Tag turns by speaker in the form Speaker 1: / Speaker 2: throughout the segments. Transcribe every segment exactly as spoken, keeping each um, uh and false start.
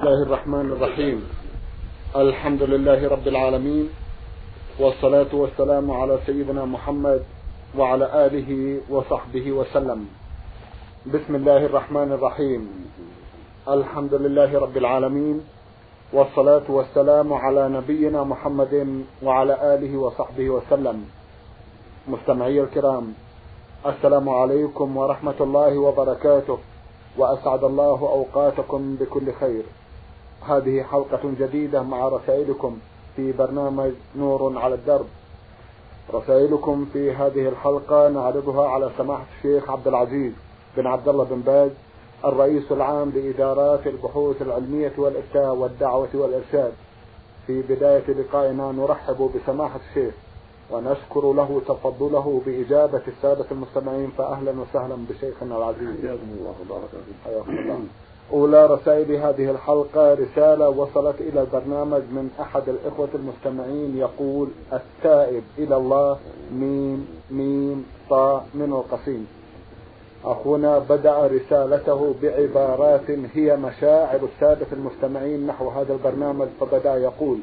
Speaker 1: الله الرحمن الرحيم. الحمد لله رب العالمين، والصلاة والسلام على سيدنا محمد وعلى آله وصحبه وسلم. بسم الله الرحمن الرحيم. الحمد لله رب العالمين، والصلاة والسلام على نبينا محمد وعلى آله وصحبه وسلم. مستمعي الكرام، السلام عليكم ورحمة الله وبركاته، وأسعد الله أوقاتكم بكل خير. هذه حلقة جديدة مع رسائلكم في برنامج نور على الدرب. رسائلكم في هذه الحلقة نعرضها على سماحة الشيخ عبد العزيز بن عبد الله بن باز، الرئيس العام لإدارات البحوث العلمية والإفتاء والدعوة والإرشاد. في بداية لقائنا نرحب بسماحة الشيخ ونشكر له تفضله بإجابة السادة المستمعين، فأهلا وسهلا بشيخنا العزيز.
Speaker 2: حياكم الله وبارك فيكم.
Speaker 1: حياكم الله. أولى رسائل هذه الحلقة رسالة وصلت إلى البرنامج من أحد الإخوة المستمعين يقول: التائب إلى الله ميم ميم طاء من القصيم. أخونا بدأ رسالته بعبارات هي مشاعر السادة المستمعين نحو هذا البرنامج، فبدأ يقول: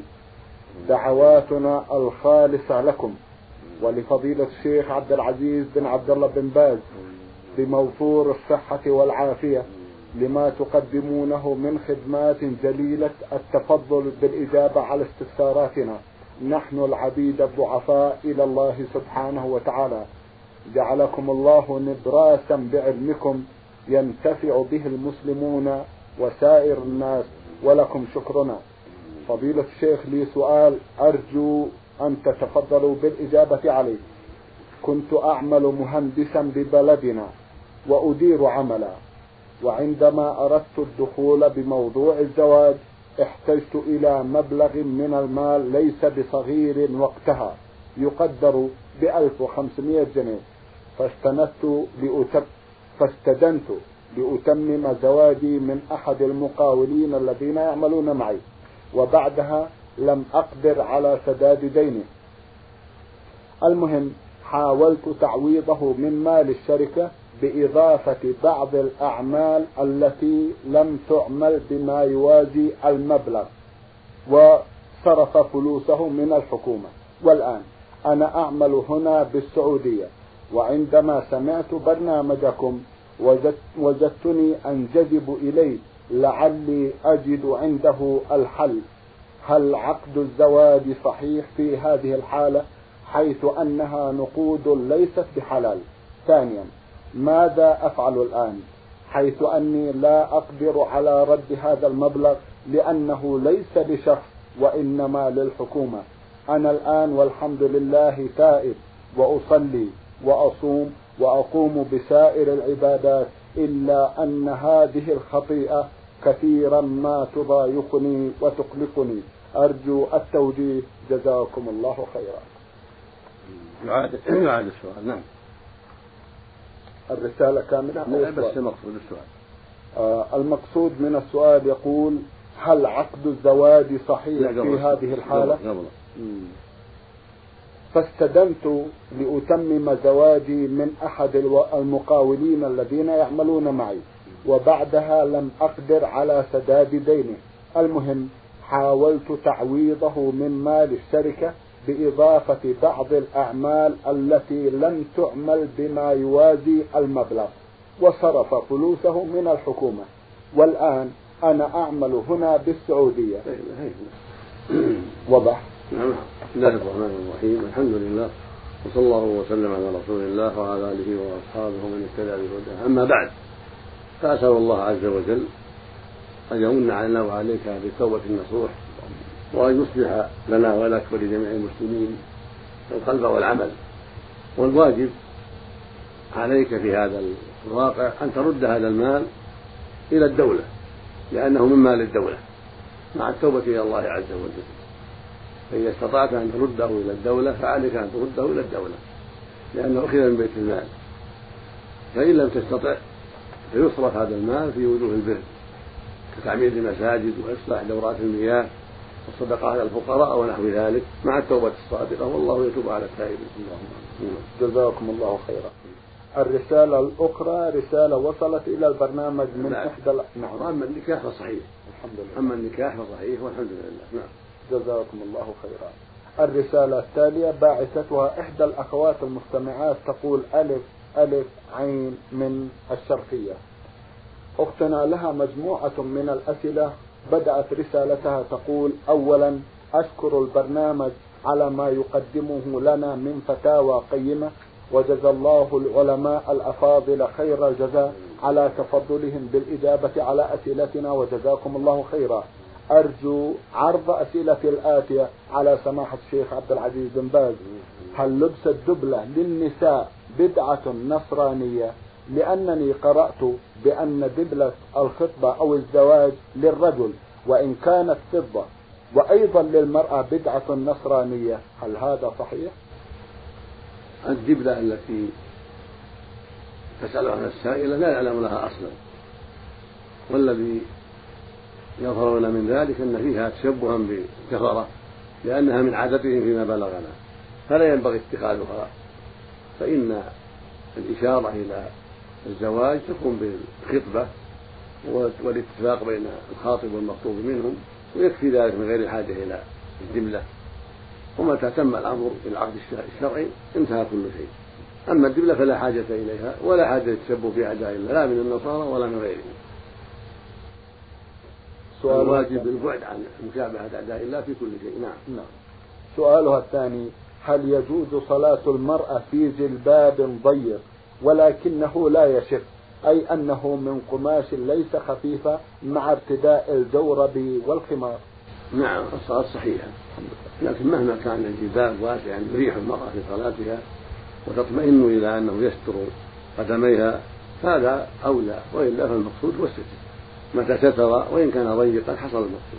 Speaker 1: دعواتنا الخالصة لكم ولفضيلة الشيخ عبد العزيز بن عبد الله بن باز بموفور الصحة والعافية لما تقدمونه من خدمات جليلة التفضل بالإجابة على استفساراتنا نحن العبيد الضعفاء إلى الله سبحانه وتعالى. جعلكم الله نبراسا بعلمكم ينتفع به المسلمون وسائر الناس، ولكم شكرنا. فضيلة الشيخ لي سؤال أرجو أن تتفضلوا بالإجابة عليه. كنت أعمل مهندسا ببلدنا وأدير عملا، وعندما أردت الدخول بموضوع الزواج احتجت إلى مبلغ من المال ليس بصغير وقتها، يقدر بألف وخمسمائة جنيه، فاستندت لأتب فاستدنت لأتمم زواجي من أحد المقاولين الذين يعملون معي، وبعدها لم أقدر على سداد دينه. المهم حاولت تعويضه من مال الشركة بإضافة بعض الأعمال التي لم تعمل بما يوازي المبلغ، وصرف فلوسه من الحكومة. والآن أنا أعمل هنا بالسعودية، وعندما سمعت برنامجكم وجدت وجدتني أنجذب إليه لعلي أجد عنده الحل. هل عقد الزواج صحيح في هذه الحالة حيث أنها نقود ليست بحلال؟ ثانيا، ماذا أفعل الآن حيث أني لا أقدر على رد هذا المبلغ لأنه ليس لشخص وإنما للحكومة؟ أنا الآن والحمد لله تائب وأصلي وأصوم وأقوم بسائر العبادات، إلا أن هذه الخطيئة كثيرا ما تضايقني وتقلقني. أرجو التوجيه، جزاكم الله خيرا.
Speaker 2: يعاد يعاد السؤال. نعم،
Speaker 1: الرسالة كاملة
Speaker 2: لا بس مقصود السؤال.
Speaker 1: آه المقصود من السؤال يقول: هل عقد الزواج صحيح في هذه الحالة؟ فاستدنت لأتمم زواجي من أحد المقاولين الذين يعملون معي، وبعدها لم أقدر على سداد دينه. المهم حاولت تعويضه من مال الشركة بإضافة بعض الأعمال التي لم تعمل بما يوازي المبلغ، وصرف فلوسه من الحكومة. والآن أنا أعمل هنا بالسعودية. وضح.
Speaker 2: نعم. بسم الله الرحمن الرحيم. الحمد لله، وصلى الله وسلم على رسول الله وعلى آله وأصحابه ومن اهتدى بهداه. أما بعد، فأسأل الله عز وجل أن يمن علينا وعليك بالتوبة النصوح، وأن يصلح لنا ولك ولجميع المسلمين القلب والعمل. والواجب عليك في هذا الواقع أن ترد هذا المال إلى الدولة، لأنه من مال الدولة، مع التوبة إلى الله عز وجل. فإذا استطعت أن ترده إلى الدولة فعليك أن ترده إلى الدولة، لأنه أخذ من بيت المال. فإن لم تستطع فيصرف هذا المال في وجوه البر، كتعمير المساجد وإصلاح دورات المياه والصدقة على الفقراء ونحو ذلك، مع التوبة الصادقة، والله يتوب على التائبين.
Speaker 1: جزاكم الله خيرا. الرسالة الأخرى رسالة وصلت إلى البرنامج من
Speaker 2: نعم.
Speaker 1: إحدى ال... نعم.
Speaker 2: أما النكاح فصحيح.
Speaker 1: الحمد لله.
Speaker 2: أما النكاح فصحيح والحمد لله. نعم.
Speaker 1: جزاكم الله خيرا. الرسالة التالية باعثتها إحدى الأخوات المستمعات تقول ألف ألف عين من الشرقية. أختنا لها مجموعة من الأسئلة. بدأت رسالتها تقول: أولا أشكر البرنامج على ما يقدمه لنا من فتاوى قيمة، وجزى الله العلماء الأفاضل خير الجزاء على تفضلهم بالإجابة على أسئلتنا، وجزاكم الله خيرا. أرجو عرض أسئلتي الآتية على سماحة الشيخ عبد العزيز بن باز. هل لبس الدبلة للنساء بدعة نصرانية؟ لأنني قرأت بأن دبلة الخطبة أو الزواج للرجل وإن كانت فضة، وأيضا للمرأة بدعة نصرانية، هل هذا صحيح؟
Speaker 2: الدبلة التي تسأل عنها السائلة لا يعلم لها أصلا، والذي يظهر لنا من ذلك أن فيها تشبها بالكفرة لأنها من عادتهم فيما بلغنا، فلا ينبغي اتخاذها. فإن الإشارة إلى الزواج تكون بالخطبة والاتفاق بين الخاطب والمخطوب منهم، ويكفي ذلك من غير الحاجة إلى الدبلة. ومتى تم الأمر بالعقد الشرعي انتهى كل شيء. أما الدبلة فلا حاجة إليها ولا حاجة للتشبه في أعداء الله، لا من النصارى ولا من غيرهم. سؤال واجب البعد عن مشابهة أعداء الله في كل شيء. نعم.
Speaker 1: نعم. سؤالها الثاني: هل يجوز صلاة المرأة في جلباب ضيق ولكنه لا يشف، أي أنه من قماش ليس خفيفة مع ارتداء الجورب والخمار؟
Speaker 2: نعم، الصلاة صحيحة، لكن مهما كان الجلباب واسعا يريح المرأة في صلاتها وتطمئن إلى أنه يستر قدميها هذا أولى، وإلا فالمقصود هو الستر. متى ستر وإن كان ضيقا حصل المقصود.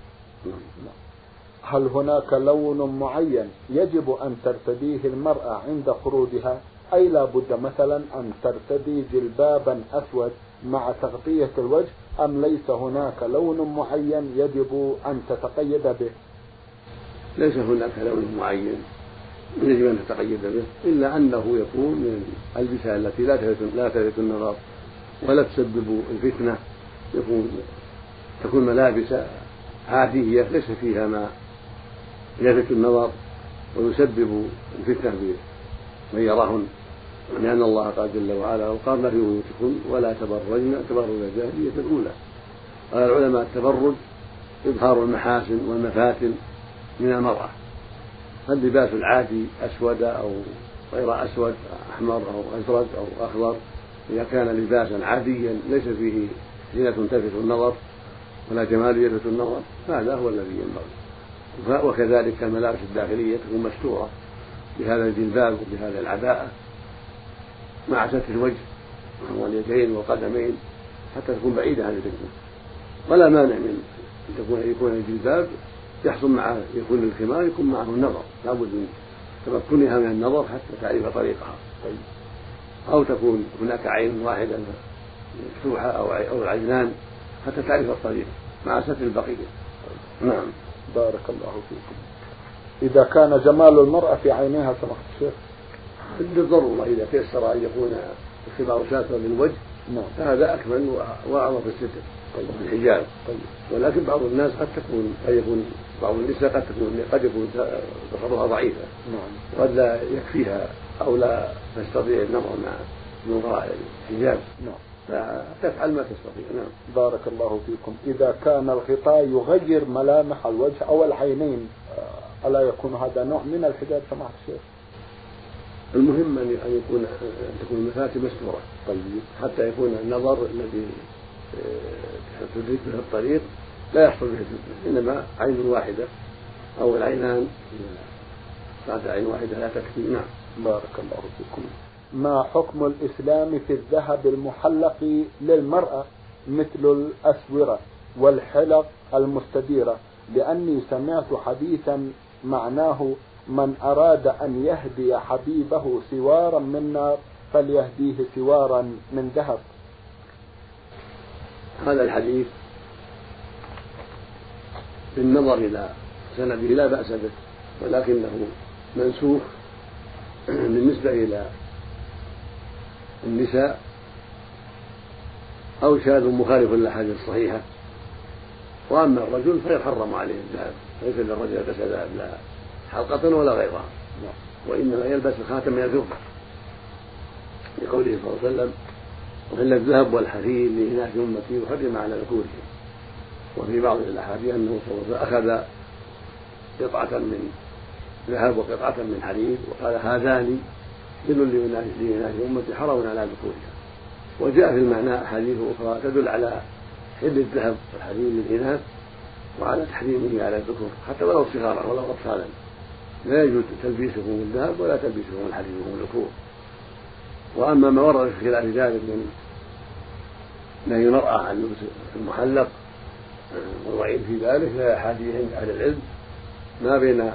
Speaker 1: هل هناك لون معين يجب أن ترتديه المرأة عند خروجها، أي لا بد مثلا أن ترتدي جلبابا أسود مع تغطية الوجه، أم ليس هناك لون معين يجب أن تتقيد به؟
Speaker 2: ليس هناك لون معين يجب أن تتقيد به، إلا أنه يكون من الألبسة التي لا تلفت النظر ولا تسبب الفتنة، يكون تكون ملابس عادية ليس فيها ما يلفت النظر ويسبب الفتنة بمن يراهن، لأن الله قال جل وعلا: وقرن في بيوتكن ولا تبرجن تبرج الجاهلية الأولى. قال العلماء: التبرج إظهار المحاسن والمفاتن من المرأة، فاللباس العادي أسود أو غير أسود، أحمر أو أزرق أو أخضر، إذا كان لباسا عاديا ليس فيه زينة تلفت النظر ولا جمال يلفت النظر هذا هو الذي ينبغي. وكذلك الملابس الداخلية تكون مستورة بهذا الجلباب وبهذا العباءة مع ستر الوجه واليدين والقدمين حتى تكون بعيدة عن الفتنة. ولا مانع من أن تكون يكون الجلباب يحصل معه يكون الخمار يكون معه النظر، لابد من تمكنها من النظر حتى تعرف طريقها، أو تكون هناك عين واحدة مفتوحة أو العينان حتى تعرف الطريق مع ستر البقية. نعم.
Speaker 1: بارك الله فيكم. إذا كان جمال المرأة في عينيها سمحت الشيخ
Speaker 2: بالضرورة إذا تيسر أن يكون الخمار ساترا للوجه
Speaker 1: نعم
Speaker 2: فهذا أكمل وأعظم في الستر والحجاب.
Speaker 1: طيب.
Speaker 2: ولكن بعض الناس قد تكون قد يكون بعض النساء قد تكون قد يكون بصرها ضعيفة
Speaker 1: نعم
Speaker 2: وقد لا يكفيها أو لا تستطيع النظر مع من وراء الحجاب
Speaker 1: نعم
Speaker 2: فتفعل ما تستطيع. نعم.
Speaker 1: بارك الله فيكم. إذا كان الغطاء يغير ملامح الوجه أو العينين ألا يكون هذا نوع من الحجاب سماحة الشيخ؟
Speaker 2: المهم أن يكون أن تكون المفاتن مستورة
Speaker 1: طيب
Speaker 2: حتى يكون النظر الذي تدرك به الطريق لا يحصل به الفتنة، إنما عين واحدة أو العينان بعد عين واحدة لا تكفي. نعم.
Speaker 1: بارك الله فيكم. ما حكم الإسلام في الذهب المحلق للمرأة مثل الأسورة والحلق المستديرة؟ لأني سمعت حديثا معناه: من أراد أن يهدي حبيبه سوارا من نار فليهديه سوارا من ذهب.
Speaker 2: هذا الحديث بالنظر إلى سنده لا بأس به، ولكنه منسوخ بالنسبة إلى النساء أو شاذ مخالف للأحاديث الصحيحة. وأما الرجل فيحرم عليه الذهب، ليس للرجل يلبس ذهب لا حلقة ولا غيرها، وإنما يلبس الخاتم من الفضة لقوله صلى الله عليه وسلم: وإلا الذهب والحرير لإناث أمتي وحرم على ذكورهم. وفي بعض الأحاديث أنه صلى الله عليه وسلم أخذ قطعة من ذهب وقطعة من حرير وقال: هذان حل لإناث أمتي حرام على ذكورها. وجاء في المعنى أحاديث أخرى تدل على حل الذهب والحرير للإناث وعلى تحريمه على الذكور حتى ولو صغارا ولو أطفالا، لا يجوز تلبيسهم الذهب ولا تلبيسهم الحرير وهم الذكور. وأما ما ورد في خلاف ذلك من نهي المرأة عن لبس المحلق والوعيد في ذلك لا أحاديث عند أهل العلم ما بين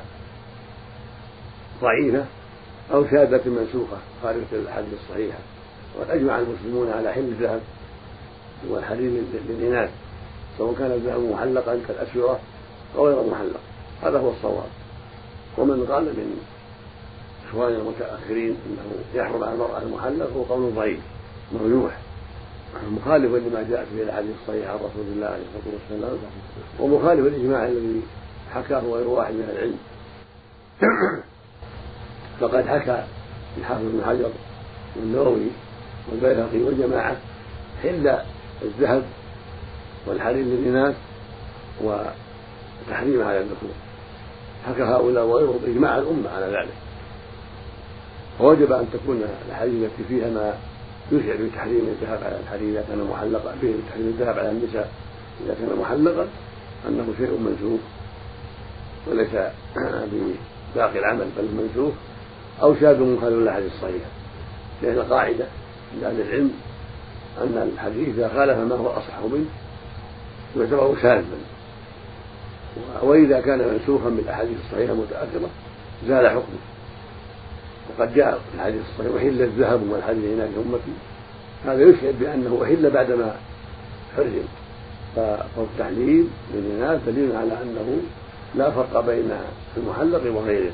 Speaker 2: ضعيفة أو شاذة منسوخة خارجة الأحاديث الصحيحة. وقد أجمع المسلمون على حل الذهب والحرير للإناث سواء كان الذهب محلقا كالأسورة أو غير محلق، هذا هو الصواب. ومن قال من إخوان المتأخرين أنه يحرم على المرأة المحلق هو قول ضعيف مرجوح مخالف لما جاءت به الأحاديث الصحيحة عن رسول الله عليه الصلاة والسلام، ومخالف الإجماع الذي حكاه غير واحد من العلم. فقد حكى الحافظ بن حجر والنووي والبيهقي والجماعة حل الذهب والحرير للإناث وتحريم على الذكور، حكى هؤلاء وغيرهم إجماع الأمة على ذلك. فوجب أن تكون الأحاديث التي فيها ما يشعر بتحريم الذهب على الحرير إذا كان محلقا، فيه تحريم الذهب على النساء إذا كان محلقا، أنه شيء منسوخ وليس بباقي العمل بل منسوخ أو شاذ مخالف للأحاديث الصحيحة. لأن قاعدة عند أهل العلم أن الحديث إذا خالف ما هو أصح منه يعتبر شاذا، وإذا كان منسوخا بالأحاديث الصحيحة المتأخرة زال حكمه. وقد جاء في الحديث الصحيح: وحل الذهب والحرير لإناث أمتي، هذا يشعر بأنه أحل بعدما حرم. فالتحليل للإناث دليل على أنه لا فرق بين المحلق وغيره.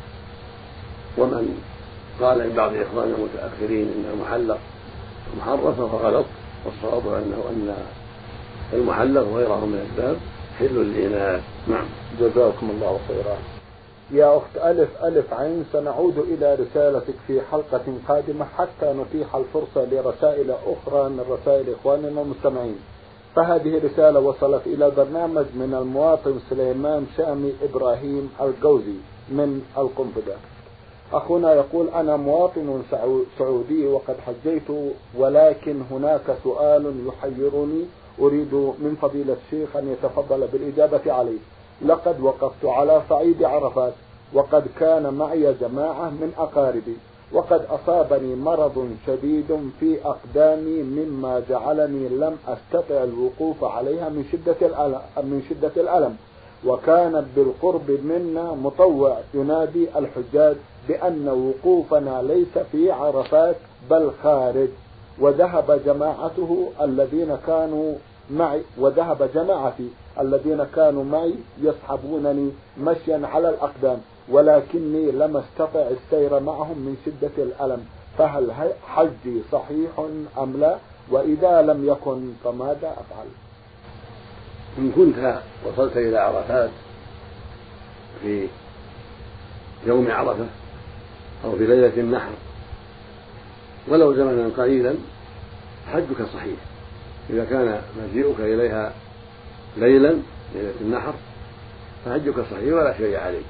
Speaker 2: ومن قال من بعض إخواننا المتأخرين أن المحلق محرف فغلط، والصواب أنه أن المحلق وغيره من الذهب حل للإناث. نعم.
Speaker 1: جزاكم الله خيرا. يا أخت ألف ألف عين، سنعود إلى رسالتك في حلقة قادمة حتى نتيح الفرصة لرسائل أخرى من رسائل إخواننا المستمعين. فهذه رسالة وصلت إلى برنامج من المواطن سليمان شامي إبراهيم الجوزي من القنفذة. أخونا يقول: أنا مواطن سعودي وقد حجيت، ولكن هناك سؤال يحيرني أريد من فضيلة الشيخ أن يتفضل بالإجابة عليه. لقد وقفت على صعيد عرفات وقد كان معي جماعة من أقاربي، وقد أصابني مرض شديد في أقدامي مما جعلني لم أستطع الوقوف عليها من شدة الألم, من شدة الألم. وكان بالقرب منا مطوع ينادي الحجاج بأن وقوفنا ليس في عرفات بل خارج، وذهب جماعته الذين كانوا معي وذهب جماعتي الذين كانوا معي يصحبونني مشيا على الأقدام، ولكني لم استطع السير معهم من شدة الألم. فهل حجي صحيح أم لا؟ وإذا لم يكن فماذا أفعل؟
Speaker 2: إن كنت وصلت إلى عرفات في يوم عرفة أو في ليلة النحر ولو زمنا قليلا حجك صحيح. إذا كان مجيئك إليها ليلا ليلة النحر فحجك صحيح ولا شيء عليك.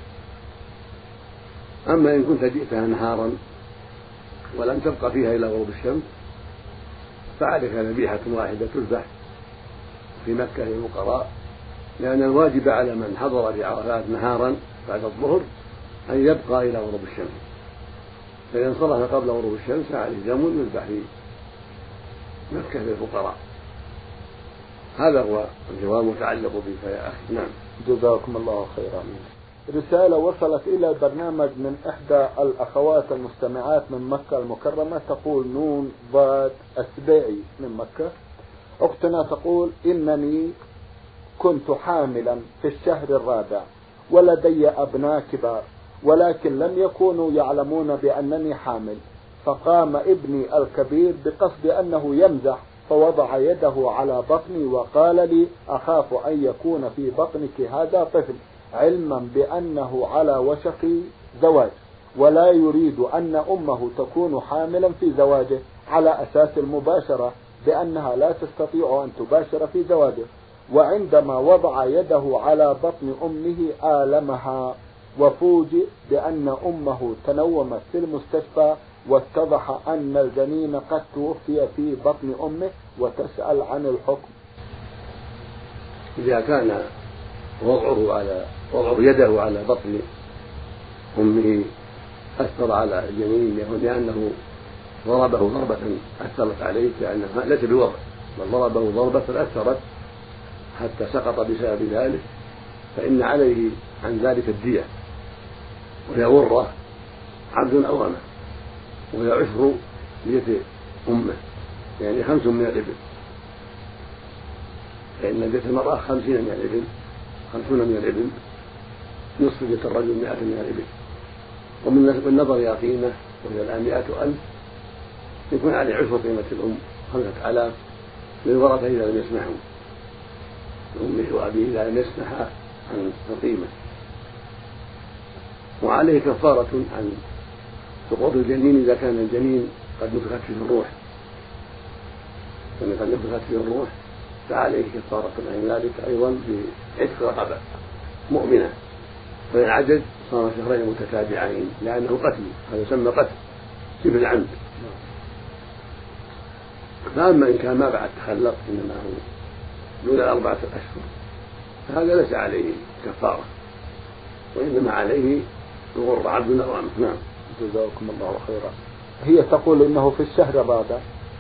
Speaker 2: أما إن كنت جئتها نهارا ولم تبقى فيها إلى غروب الشمس فعليك ذبيحة واحدة تذبح في مكة للفقراء، لأن الواجب على من حضر في عرفات نهارا بعد الظهر أن يبقى إلى غروب الشمس، فإذا انصرف قبل غروب الشمس عليه دم يذبح في مكة للفقراء. هذا هو الجواب المتعلق بك يا أخي. نعم.
Speaker 1: جزاكم الله خيرا. رسالة وصلت إلى البرنامج من إحدى الأخوات المستمعات من مكة المكرمة، تقول نون ضاد السبيعي من مكة. أختنا تقول: إنني كنت حاملا في الشهر الرابع ولدي أبناء كبار، ولكن لم يكونوا يعلمون بأنني حامل، فقام ابني الكبير بقصد أنه يمزح فوضع يده على بطني وقال لي أخاف أن يكون في بطنك هذا طفل، علما بأنه على وشك زواج ولا يريد أن أمه تكون حاملا في زواجه على أساس المباشرة بأنها لا تستطيع أن تباشر في زواجه. وعندما وضع يده على بطن أمه آلمها وفوجئ بأن أمه تنومت في المستشفى واتضح أن الجنين قد توفي في بطن أمه وتسأل عن الحكم.
Speaker 2: إذا كان وضعه على وضع يده على بطن أمه أثر على الجنين لأنه ضربه ضربة أثرت عليه، لأنها ليس بوضع بل ضربه ضربة أثرت حتى سقط بسبب ذلك، فإن عليه عن ذلك الدية، وهي غرة عبد أو أمة، وهي عشر دية أمه، يعني خمس من الإبل، فإن دية المرأة خمسين من الإبل، خمسون من الإبل نصف دية الرجل مائة من الإبل. ومن النظر إلى قيمة وهي الآن مائة ألف يكون عليه عشر قيمة الأم خمسة آلاف للورثة إذا لم يسمحوا، لأمه وأبيه إذا لم يسمحا عن القيمة. وعليه كفارة عن سقوط الجنين إذا كان الجنين قد نفخت فيه الروح، فإن قد نفخت فيه الروح فعليه كفارة عن ذلك أيضا بعتق رقبة مؤمنة، فإن عجز صار شهرين متتابعين لأنه قتل، هذا يسمى قتل شبه العمد. فأما إن كان ما بعد تخلق إنما هو دون أربعة أشهر فهذا ليس عليه كفارة، وإنما عليه غر عبد أو أمة. نعم.
Speaker 1: جزاكم الله خيرا. هي تقول إنه في الشهر الرابع،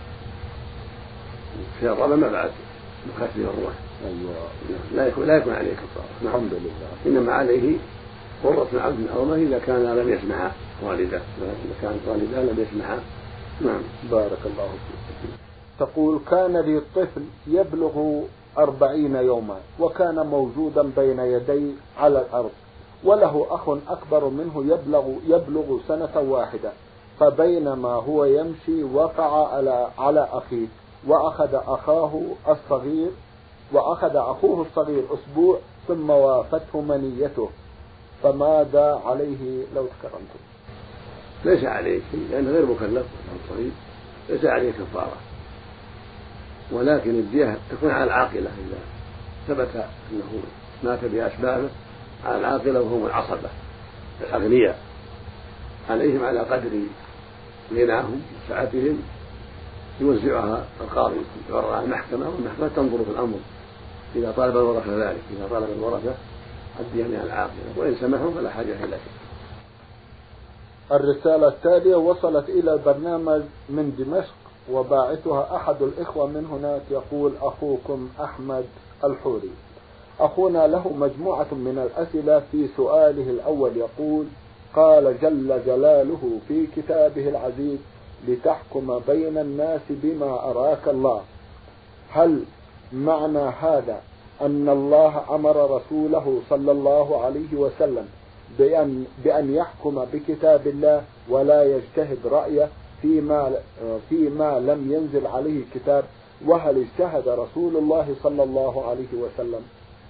Speaker 2: الشهر الرابع ما بعد نفخت فيه الروح.
Speaker 1: أيوة.
Speaker 2: لا يكون لا يكون عليه كفارة. نعم.
Speaker 1: الحمد لله.
Speaker 2: إنما عليه غرة عبد أو أمة إذا كان لم يسمح والده، إذا كانت والده لم يسمح. نعم.
Speaker 1: بارك الله فيك. تقول كان لي طفل يبلغ أربعين يوما وكان موجودا بين يدي على الأرض، وله أخ أكبر منه يبلغ, يبلغ سنة واحدة، فبينما هو يمشي وقع على, على أخيه وأخذ أخاه الصغير وأخذ أخوه الصغير أسبوع ثم وافته منيته، فماذا عليه لو تكرمتم؟
Speaker 2: ليس عليه شيء لأنه غير مكلف صغير، ليس عليه كفارة، ولكن الدية تكون على العاقلة إذا ثبت أنه مات بأسبابه، على العاقلة وهم العصبة الأغنياء، عليهم على قدر غناهم وسعتهم يوزعها القاضي يعرضها المحكمة، والمحكمة تنظر في الأمر إذا طالب الورثة ذلك، إذا طالب الورثة الدية على العاقلة، وإن سمحوا فلا حاجة إلى شيء.
Speaker 1: الرسالة التالية وصلت إلى البرنامج من دمشق وباعثها أحد الإخوة من هناك، يقول أخوكم أحمد الحوري. أخونا له مجموعة من الأسئلة. في سؤاله الأول يقول: قال جل جلاله في كتابه العزيز: لتحكم بين الناس بما أراك الله. هل معنى هذا أن الله أمر رسوله صلى الله عليه وسلم بأن, بأن يحكم بكتاب الله ولا يجتهد رأيه فيما, فيما لم ينزل عليه كتاب؟ وهل اجتهد رسول الله صلى الله عليه وسلم؟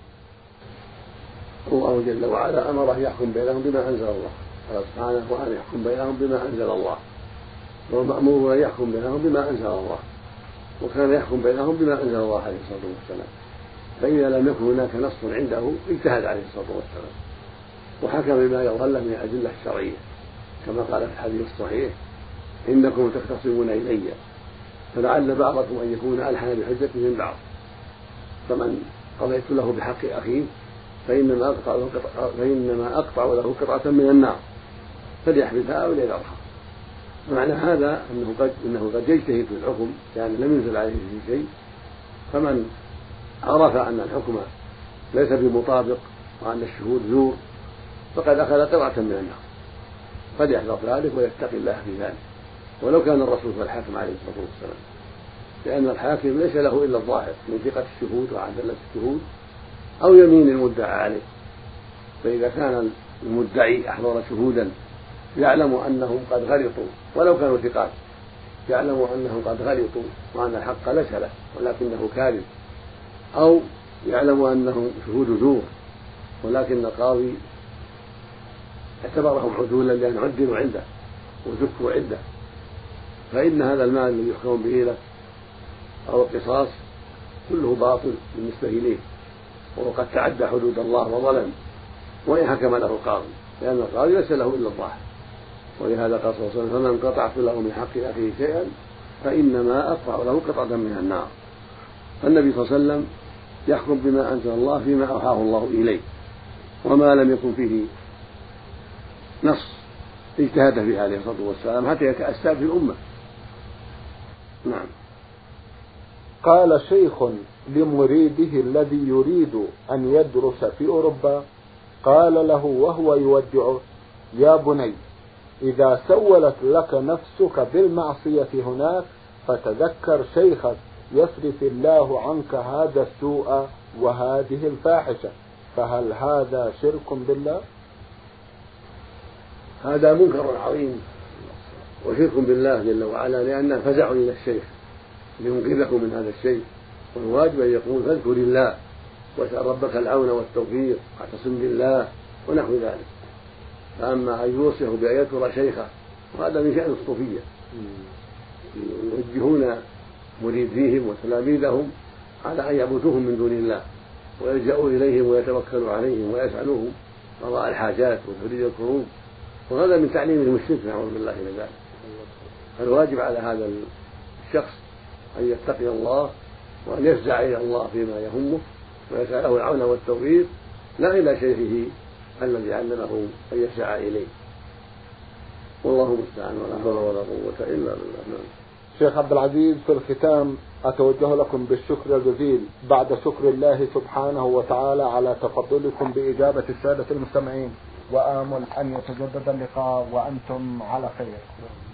Speaker 2: الله جل وعلا أمره يحكم بينهم بما أنزل الله، قال سبحانه: وأن يحكم بينهم بما أنزل الله، والمأمور أن يحكم بينهم بما أنزل الله، وكان يحكم بينهم بما أنزل الله عليه الصلاة والسلام، فإذا لم يكن هناك نص عنده اجتهد عليه الصلاة والسلام وحكم بما يظهر له من الأدلة الشرعية، كما قال في الحديث الصحيح: إنكم تختصمون إلي فلعل بعضكم أن يكون ألحن بحجة من بعض، فمن قضيت له بحق أخيه فإنما أقطع له قطعة, فإنما أقطع له قطعة من النار فليحبسها أو ليذرها. ومعنى هذا أنه قد إنه قد يجتهد في الحكم لأن لم ينزل عليه في شيء، فمن عرف أن الحكم ليس بمطابق وأن الشهود زور فقد أخذ قطعة من النار، فليحذر ذلك ويتقي الله في ذلك، ولو كان الرسول هو الحاكم عليه الصلاة والسلام، لأن الحاكم ليس له إلا الظاهر من ثقة الشهود وعدالة الشهود أو يمين المدعى عليه. فإذا كان المدعي أحضر شهودا يعلموا أنهم قد غلطوا ولو كانوا ثقات، يعلموا أنهم قد غلطوا وأن الحق ليس له ولكنه كاذب، أو يعلموا أنهم شهود زور ولكن القاضي اعتبرهم عدولا لأن عدلوا عنده وزكوا عنده، فإن هذا المال الذي يحكم به له أو القصاص كله باطل بالنسبة إليه، وقد تعدى حدود الله وظلم وإن حكم له القاضي، لأن القاضي ليس له إلا الظاهر. ولهذا قال صلى الله عليه وسلم: فمن قطعت له من حق أخيه شيئا فإنما أقطع له قطعة من النار. فالنبي صلى الله عليه وسلم يحكم بما أنزل الله فيما أوحاه الله إليه، وما لم يكن فيه نص اجتهد فيه عليه الصلاة والسلام حتى يتأسى في الأمة. نعم.
Speaker 1: قال شيخ لمريده الذي يريد أن يدرس في أوروبا، قال له وهو يودعه: يا بني، إذا سولت لك نفسك بالمعصية هناك فتذكر شيخك يصرف الله عنك هذا السوء وهذه الفاحشة، فهل هذا شرك بالله؟
Speaker 2: هذا منكر عظيم وشرك بالله جل وعلا، لأنه فزع إلى الشيخ لينقذه من هذا الشيء، والواجب أن يقول: فاذكر الله واسأل ربك العون والتوفيق واعتصم بالله ونحو ذلك. فأما أن يوصيه بأن يذكر شيخه وهذا من شأن الصوفية، يوجهون مريديهم وتلاميذهم على أن يعبدوهم من دون الله ويلجأوا إليهم ويتوكلوا عليهم ويسألوهم قضاء الحاجات وتفريج الكروب، وهذا من تعليمهم الشرك، نعوذ بالله من ذلك. فالواجب على هذا الشخص أن يتقي الله وأن يفزع إلى الله فيما يهمه ويسأله العون والتوفيق، لا إلى شيخه الذي علمه أن يسعى إليه. والله المستعان، ولا حول ولا قوة إلا بالله.
Speaker 1: شيخ عبد العزيز، في الختام أتوجه لكم بالشكر الجزيل بعد شكر الله سبحانه وتعالى على تفضلكم بإجابة السادة المستمعين، وآمل أن يتجدد اللقاء وأنتم على خير.